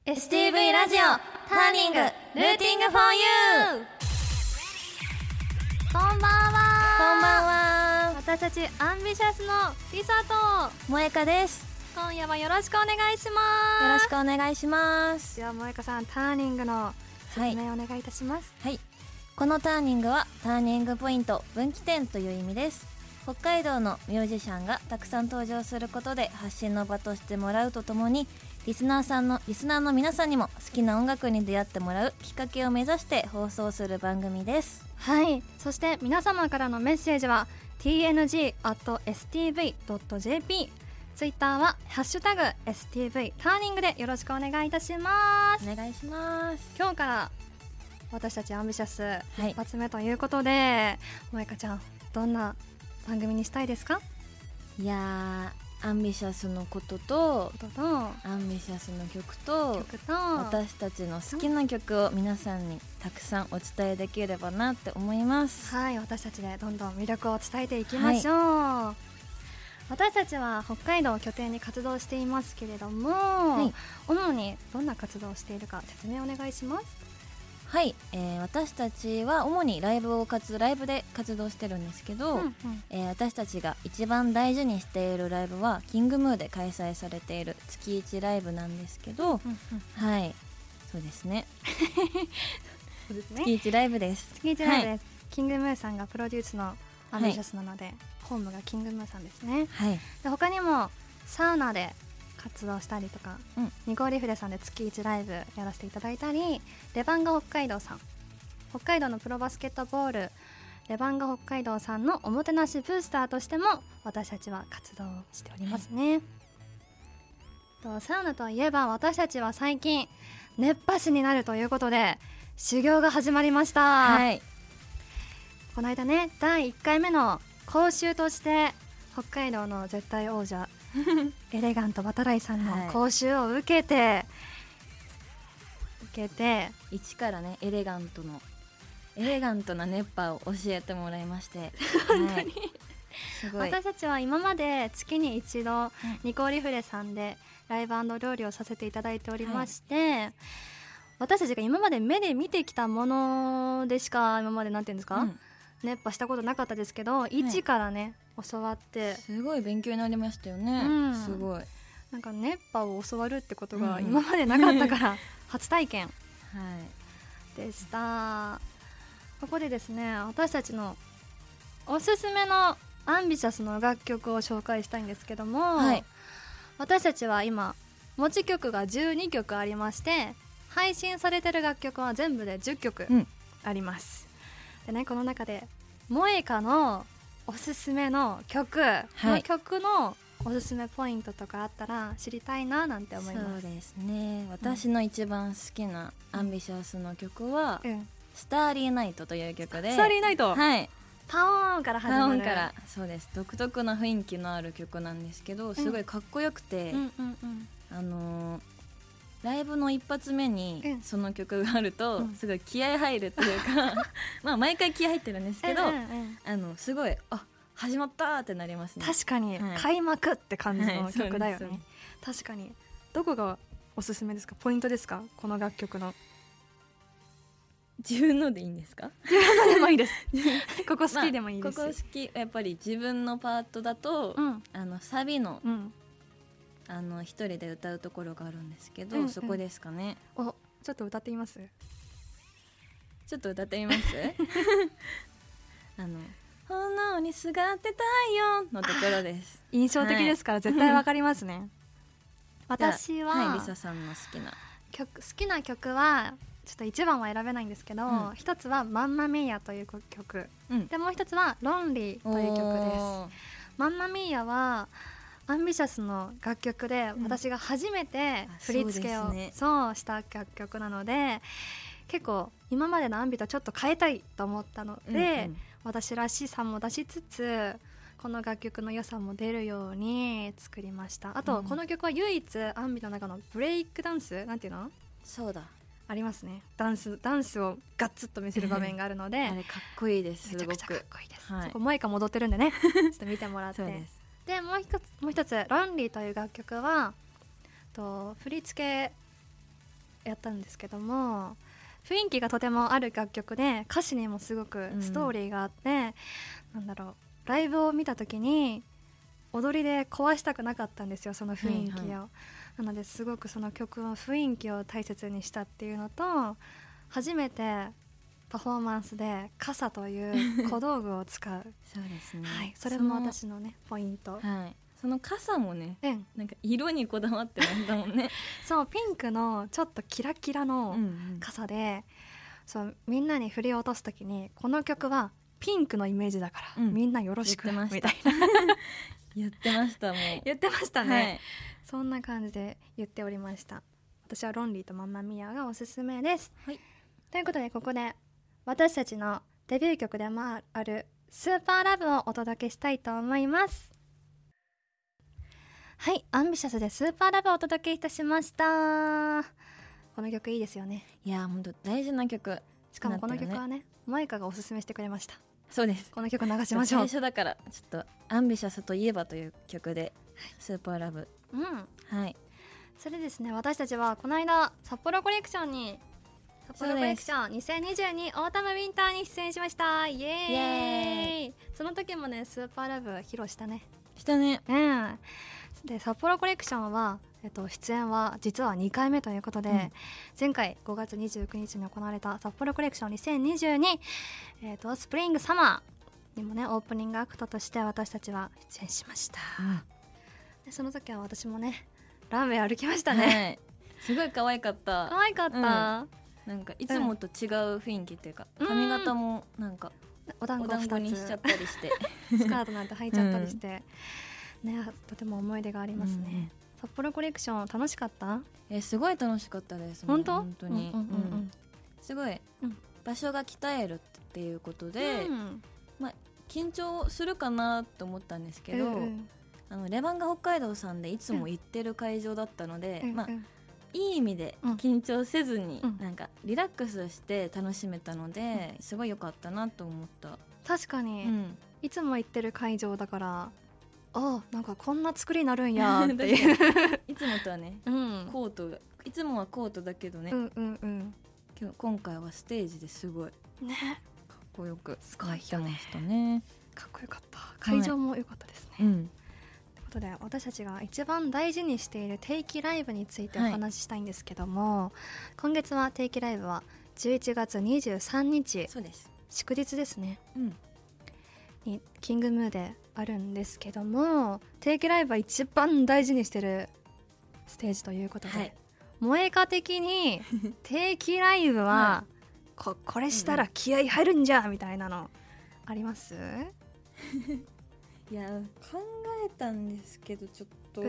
STV ラジオターニングルーティングフォーユー。 こんばんは。 こんばんは。 私たちアンビシャスのリサと萌香です。 今夜はよろしくお願いします。 よろしくお願いします。 では萌香さん、ターニングの説明お願いいたします。 はい、このターニングはターニングポイント、分岐点という意味です。北海道のミュージシャンがたくさん登場することで発信の場としてもらうとともに、リスナーの皆さんにも好きな音楽に出会ってもらうきっかけを目指して放送する番組です。 はい、そして皆様からのメッセージは tng@stv.jp、 ツイッターはハッシュタグ STV ターニングでよろしくお願いいたします。 お願いします。 今日から私たちアンビシャスはい一発目ということで、萌香ちゃん、どんな番組にしたいですか？ いやー、アンビシャスのこととアンビシャスの曲と私たちの好きな曲を皆さんにたくさんお伝えできればなって思います。 はい、私たちでどんどん魅力を伝えていきましょう。私たちは北海道を拠点に活動していますけれども、 はい、 主にどんな活動をしているか説明お願いします。 はい、私たちは主にライブで活動してるんですけど、私たちが一番大事にしているライブはキングムーで開催されている月1ライブなんですけど、はい、そうですねそうですね、 月1ライブです。 月1ライブです、はい、キングムーさんがプロデュースのアンビシャスなので、ホームがキングムーさんですね。 はい、 で他にもサウナで活動したりとか、ニコーリフレさんで月1ライブやらせていただいたり、レバンガ北海道さん、北海道のプロバスケットボールレバンガ北海道さんのおもてなしブースターとしても私たちは活動しておりますね。とサウナといえば私たちは最近熱波師になるということで修行が始まりました。 はい、 この間ね、第1回目の講習として北海道の絶対王者エレガントバタライさんの講習を受けて、 一からねエレガントな熱波を教えてもらいまして本当に、はい、 すごい。 私たちは今まで月に一度、ニコーリフレさんでライブ&料理をさせていただいておりまして、私たちが今まで目で見てきたものでしか今までなんていうんですか、熱波したことなかったですけど、一からね教わってすごい勉強になりましたよね。すごいなんか熱波を教わるってことが今までなかったから初体験でした。ここでですね、私たちのおすすめのアンビシャスの楽曲を紹介したいんですけども、私たちは今持ち曲が12曲ありまして、配信されてる楽曲は全部で10曲あります、でね、この中で萌香のおすすめの曲、の曲のおすすめポイントとかあったら知りたいななんて思います。 そうですね、私の一番好きなアンビシャスの曲は、スターリーナイトという曲で、 スターリーナイト、 はい、 パオーンから始まる、 そうです、独特な雰囲気のある曲なんですけど、すごいかっこよくて、ライブの一発目にその曲があるとすごい気合入るというかまあ毎回気合入ってるんですけど、すごい始まったってなりますね。 確かに、開幕って感じの曲だよね。確かに。どこがおすすめですか？ポイントですか？この楽曲の。 自分のでいいんですか？ 自分のでもいいですここ好きでもいいです、 ここ好き。やっぱり自分のパートだと、サビの、一人で歌うところがあるんですけど、そこですかね。 ちょっと歌ってみます？ ちょっと歌ってみます炎にすがって太陽のところです。 印象的ですから、絶対わかりますね私は、 リサさんの好きな曲はちょっと1番は選べないんですけど、一つはマンマミーヤという曲、でもう一つはロンリーという曲です。マンマミーヤはアンビシャスの楽曲で、私が初めて振り付けをした楽曲なので、結構今までのアンビとちょっと変えたいと思ったので、私らしさも出しつつこの楽曲の良さも出るように作りました。あと、この曲は唯一アンビの中のブレイクダンスなんていうの？ そうだ、 ありますね。ダンスをガッツッと見せる場面があるのであれかっこいいです。 めちゃくちゃかっこいいです、そこ萌香戻ってるんでねちょっと見てもらって。でもう一つロンリーという楽曲は振り付けやったんですけども、雰囲気がとてもある楽曲で歌詞にもすごくストーリーがあって、なんだろう、ライブを見た時に踊りで壊したくなかったんですよ、その雰囲気を、なのですごくその曲の雰囲気を大切にしたっていうのと、初めてパフォーマンスで傘という小道具を使うそうですね、 はい、それも私のねポイント、 はい、その傘もね、 なんか色にこだわってましたもんねそう、ピンクのちょっとキラキラの傘で、そうみんなに振り落とすときに、この曲はピンクのイメージだから、みんなよろしくみたいな言ってましたもう言ってましたね、はい、そんな感じで言っておりました。私はロンリーとマンマミアがおすすめです、はい、ということでここで私たちのデビュー曲でもあるスーパーラブをお届けしたいと思います。はい、アンビシャスでスーパーラブをお届けいたしました。この曲いいですよね。 いや本当大事な曲、 しかもこの曲はねマイカがおすすめしてくれました。 そうです、 この曲流しましょう。 最初だからちょっとアンビシャスといえばという曲で、スーパーラブ、はい、 それですね、私たちはこの間札幌コレクションに札幌コレクション2022オータムウィンターに出演しました。イエーイ。その時もねスーパーラブ披露したね。で札幌コレクションは、出演は実は2回目ということで、前回5月29日に行われた札幌コレクション2022、スプリングサマーにもねオープニングアクトとして私たちは出演しました、でその時は私もねランウェイ歩きましたね、 すごい可愛かった。 可愛かった、 なんかいつもと違う雰囲気っていうか、髪型もなんかお団子にしちゃったりしてスカートなんて履いちゃったりして、ね、とても思い出がありますね、札幌コレクション楽しかった？ すごい楽しかったです。 本当に、すごい、場所が鍛えるっていうことで、緊張するかなと思ったんですけど、レバンガ北海道さんでいつも行ってる会場だったので、いい意味で緊張せずに、なんかリラックスして楽しめたので、すごい良かったなと思った。 確かに、いつも行ってる会場だから、なんかこんな作りになるんやっていういつもとはね、コートがいつもはコートだけどね、今回はステージですごいねかっこよくやってましたね。 かっこよかった。会場も良かったですね、ということで私たちが一番大事にしている定期ライブについてお話ししたいんですけども、今月は定期ライブは11月23日、 そうです、 祝日ですね、にキングムーであるんですけども、定期ライブは一番大事にしてるステージということで、萌えか的に定期ライブは、これしたら気合入るんじゃみたいなのあります？ いや考えたんですけどちょっと、で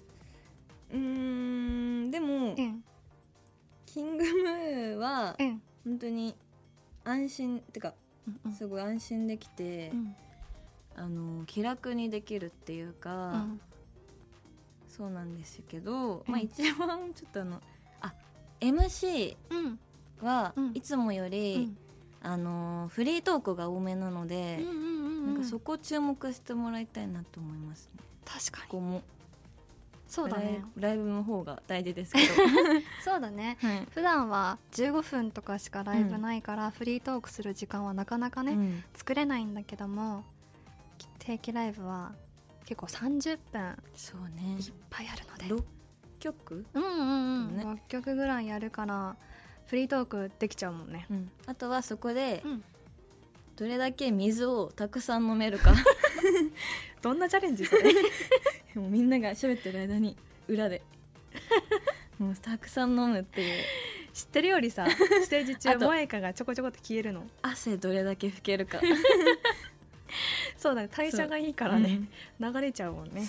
も、キングムーは本当に安心ってか、すごい安心できて、気楽にできるっていうか、そうなんですけど、一番ちょっとMC はいつもより、フリートークが多めなので、なんかそこを注目してもらいたいなと思いますね。 確かにここもそうだね、 ライブの方が大事ですけどそうだね、普段は15分とかしかライブないから、フリートークする時間はなかなかね、作れないんだけども、定期ライブは結構30分そうねいっぱいあるので 6曲 6曲ぐらいやるからフリートークできちゃうもんね、 あとはそこで、どれだけ水をたくさん飲めるかどんなチャレンジそれもうみんなが喋ってる間に裏でもうたくさん飲むっていう。 知ってるよりさステージ中萌香がちょこちょこって消えるの。 汗どれだけ拭けるかそうだね、代謝がいいからね、流れちゃうもんね。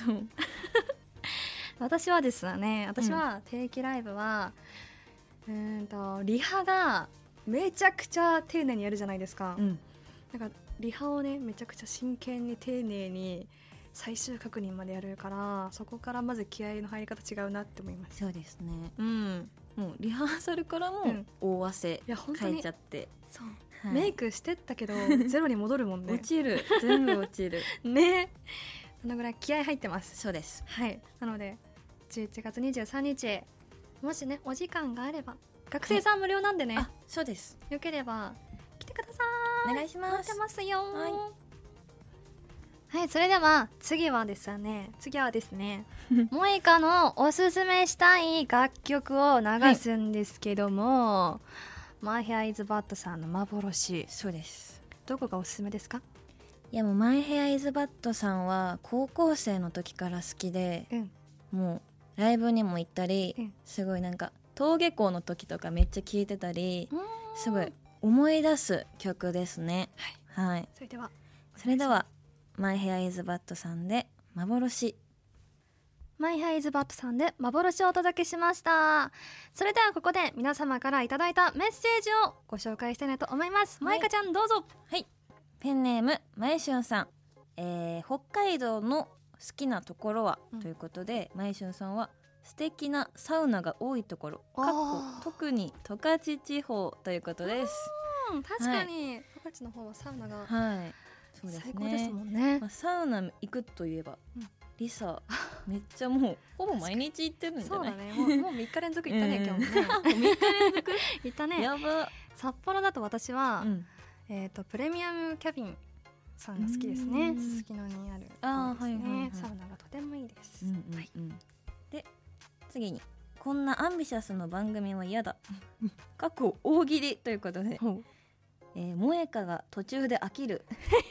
私はですね、私は定期ライブは、リハがめちゃくちゃ丁寧にやるじゃないですか、なんかリハをねめちゃくちゃ真剣に丁寧に最終確認までやるから、そこからまず気合の入り方違うなって思います。 そうですね、もうリハーサルからも大汗かいちゃって、 メイクしてったけどゼロに戻るもんね。 落ちる、全部落ちるね、そのぐらい気合入ってます。 そうです、 はい、なので11月23日もしねお時間があれば学生さん無料なんでね、 あ、そうです。 よければ来てください。 お願いします。 待ってますよ。 はいはい、それでは次はですねモエカのおすすめしたい楽曲を流すんですけども、My Hair is Bad さんの幻、 そうです。 どこがおすすめですか？ いやもうMy Hair is Bad さんは高校生の時から好きで、もうライブにも行ったり、すごいなんか登下校の時とかめっちゃ聴いてたり、すごい思い出す曲ですね。はい、 それでは My Hair is Bad さんで幻。 My Hair is Bad さんで幻をお届けしました。それではここで皆様からいただいたメッセージをご紹介したいなと思います。まいかちゃんどうぞ。 はい、ペンネームまゆしゅんさん、北海道の好きなところは、ということで、まゆしゅんさんは素敵なサウナが多いところ特に十勝地方ということです。 確かに十勝の方はサウナが、そうですね、最高ですもんね。 サウナ行くといえば、リサめっちゃもうほぼ毎日行ってるんじゃない？ そうだね、もう3日連続行ったね、今日もね。 3日連続行ったね。 やば。 札幌だと私は、プレミアムキャビンさんが好きですね。すすきのにあるですね、サウナがとてもいいです。 で次に、こんなアンビシャスの番組は嫌だ過去大喜利ということで、萌えかが途中で飽きる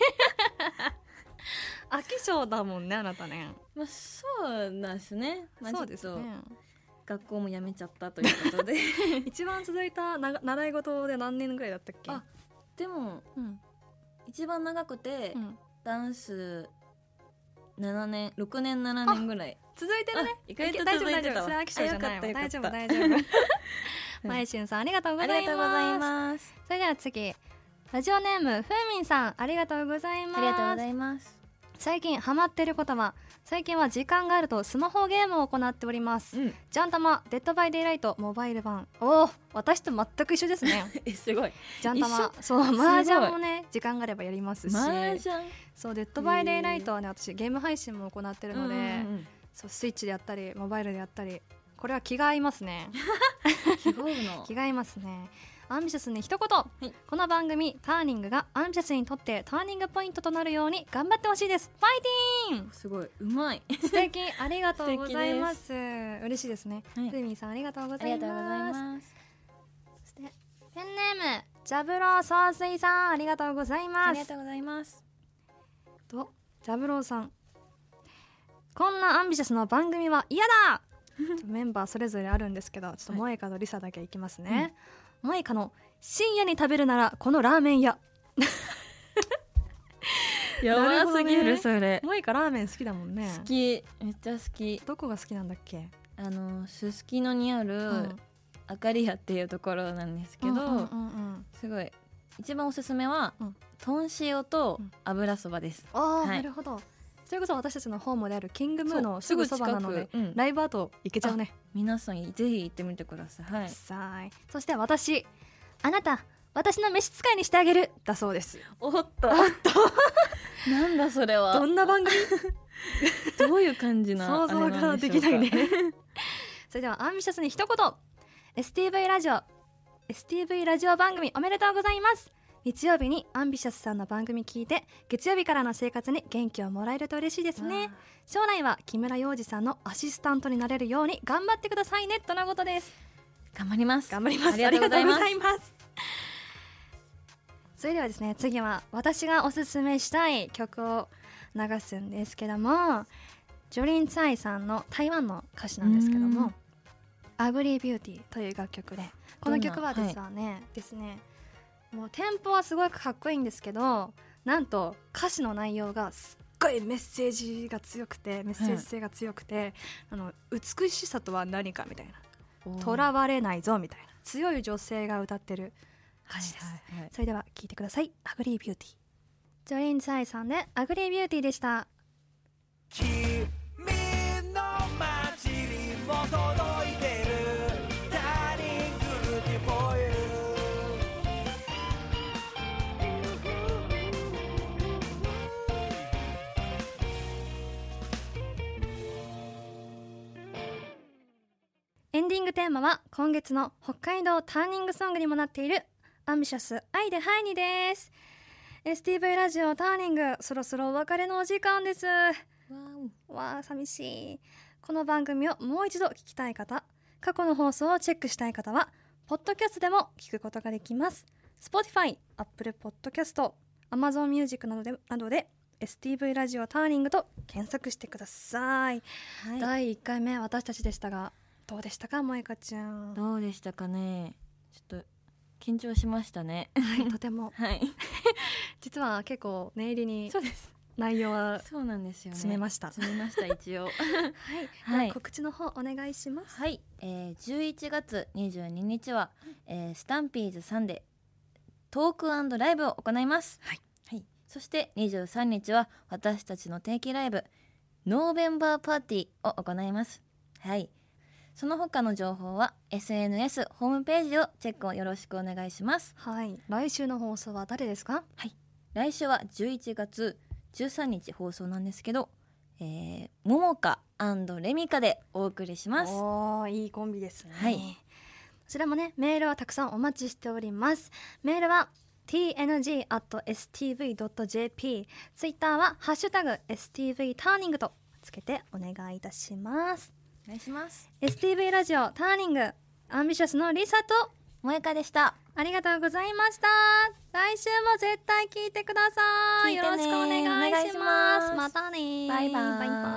飽き性だもんね、あなたね。 そうなんですね。 そうですね。 学校も辞めちゃったということで一番続いた習い事で何年ぐらいだったっけ？ でも、一番長くて、ダンス6年7年ぐらい続いてるね。 意外と続いてたわ。 それ飽き性じゃないわ。大丈夫まいしゅんさん、ありがとうございます。それでは次、ラジオネームふーみんさん、ありがとうございます。 ありがとうございます。 最近ハマってることは、最近は時間があるとスマホゲームを行っております。ジャンタマ、デッドバイデイライトモバイル版。私と全く一緒ですね。 すごい。 ジャンタマ、そう、麻雀もね、時間があればやりますし、そう、デッドバイデイライトはね、私ゲーム配信も行ってるので、そう、スイッチでやったりモバイルでやったり、これは気が合いますね。気が合いますね。アンビシャスに一言、この番組ターニングがアンビシャスにとってターニングポイントとなるように頑張ってほしいです。ファイティーン。 すごい、うまい。 素敵、ありがとうございます。嬉しいですね。ふーみんさん、ありがとうございます。そしてペンネームジャブロー総帥さん、ありがとうございます。 ありがとうございます。 とジャブローさん、こんなアンビシャスの番組は嫌だメンバーそれぞれあるんですけど、ちょっと萌香とリサだけいきますね。萌香の深夜に食べるならこのラーメン屋。 やばすぎるそれ。 萌香ラーメン好きだもんね。 好き、めっちゃ好き。 どこが好きなんだっけ？ すすきのにあるあかり屋っていうところなんですけど、すごい一番おすすめは豚塩と油そばです。 なるほど。それこそ私たちのホームであるキングムーのすぐそばなので、ライブ後行けちゃうね。 皆さんぜひ行ってみてください。 そして私、あなた私の召使いにしてあげるだそうです。 おっとなんだそれは。 どんな番組？ どういう感じな想像ができないね。それではアンビシャスに一言。 STV ラジオ番組おめでとうございます。日曜日にアンビシャスさんの番組聞いて、月曜日からの生活に元気をもらえると嬉しいですね。将来は木村洋二さんのアシスタントになれるように頑張ってくださいね、とのことです。 頑張ります。 ありがとうございます。それではですね、次は私がおすすめしたい曲を流すんですけども、ジョリン・ツァイさんの台湾の歌詞なんですけども、アグリー・ビューティーという楽曲で、この曲はですね、もうテンポはすごくかっこいいんですけど、なんと歌詞の内容がすっごいメッセージが強くて、メッセージ性が強くて、美しさとは何かみたいな、囚われないぞみたいな強い女性が歌ってる歌詞です。それでは聴いてください。アグリービューティー、ジョリン・ツァイさんでアグリービューティーでした。君の街にも届いてるターニングルーティー for you。 エンディングテーマは今月の北海道ターニングソングにもなっているアンビシャス愛でハイニです。 STV ラジオターニング、そろそろお別れのお時間です。わあ寂しい。この番組をもう一度聞きたい方、過去の放送をチェックしたい方はポッドキャストでも聞くことができます。 Spotify、Apple Podcast、Amazon Music などで STV ラジオターニングと検索してください、はい、第1回目私たちでしたがどうでしたか、萌香ちゃん。 どうでしたかね。ちょっと緊張しましたね。 はい、とても、 はい、 実は結構念入りにそうです内容はそうなんですよね、 詰めました一応はい、告知の方お願いします。 はい、11月22日は、スタンピーズさんでトーク&ライブを行います。 はい、 はい、そして23日は私たちの定期ライブノーベンバーパーティーを行います。はい、その他の情報は SNS ホームページをチェックをよろしくお願いします。 はい、来週の放送は誰ですか？ はい、来週は11月13日放送なんですけど、ももか&レミカでお送りします。 おー、いいコンビですね。 はい、こちらもね、メールはたくさんお待ちしております。メールは tng@stv.jp、 ツイッターはハッシュタグ STV ターニングとつけてお願いいたします。 お願いします。 STV ラジオターニング、アンビシャスのリサと萌香でした。 ありがとうございました。来週も絶対聞いてください。 聞いてね。 よろしくお願いします。 お願いします。 またね。 バイバイ。 バイバイ。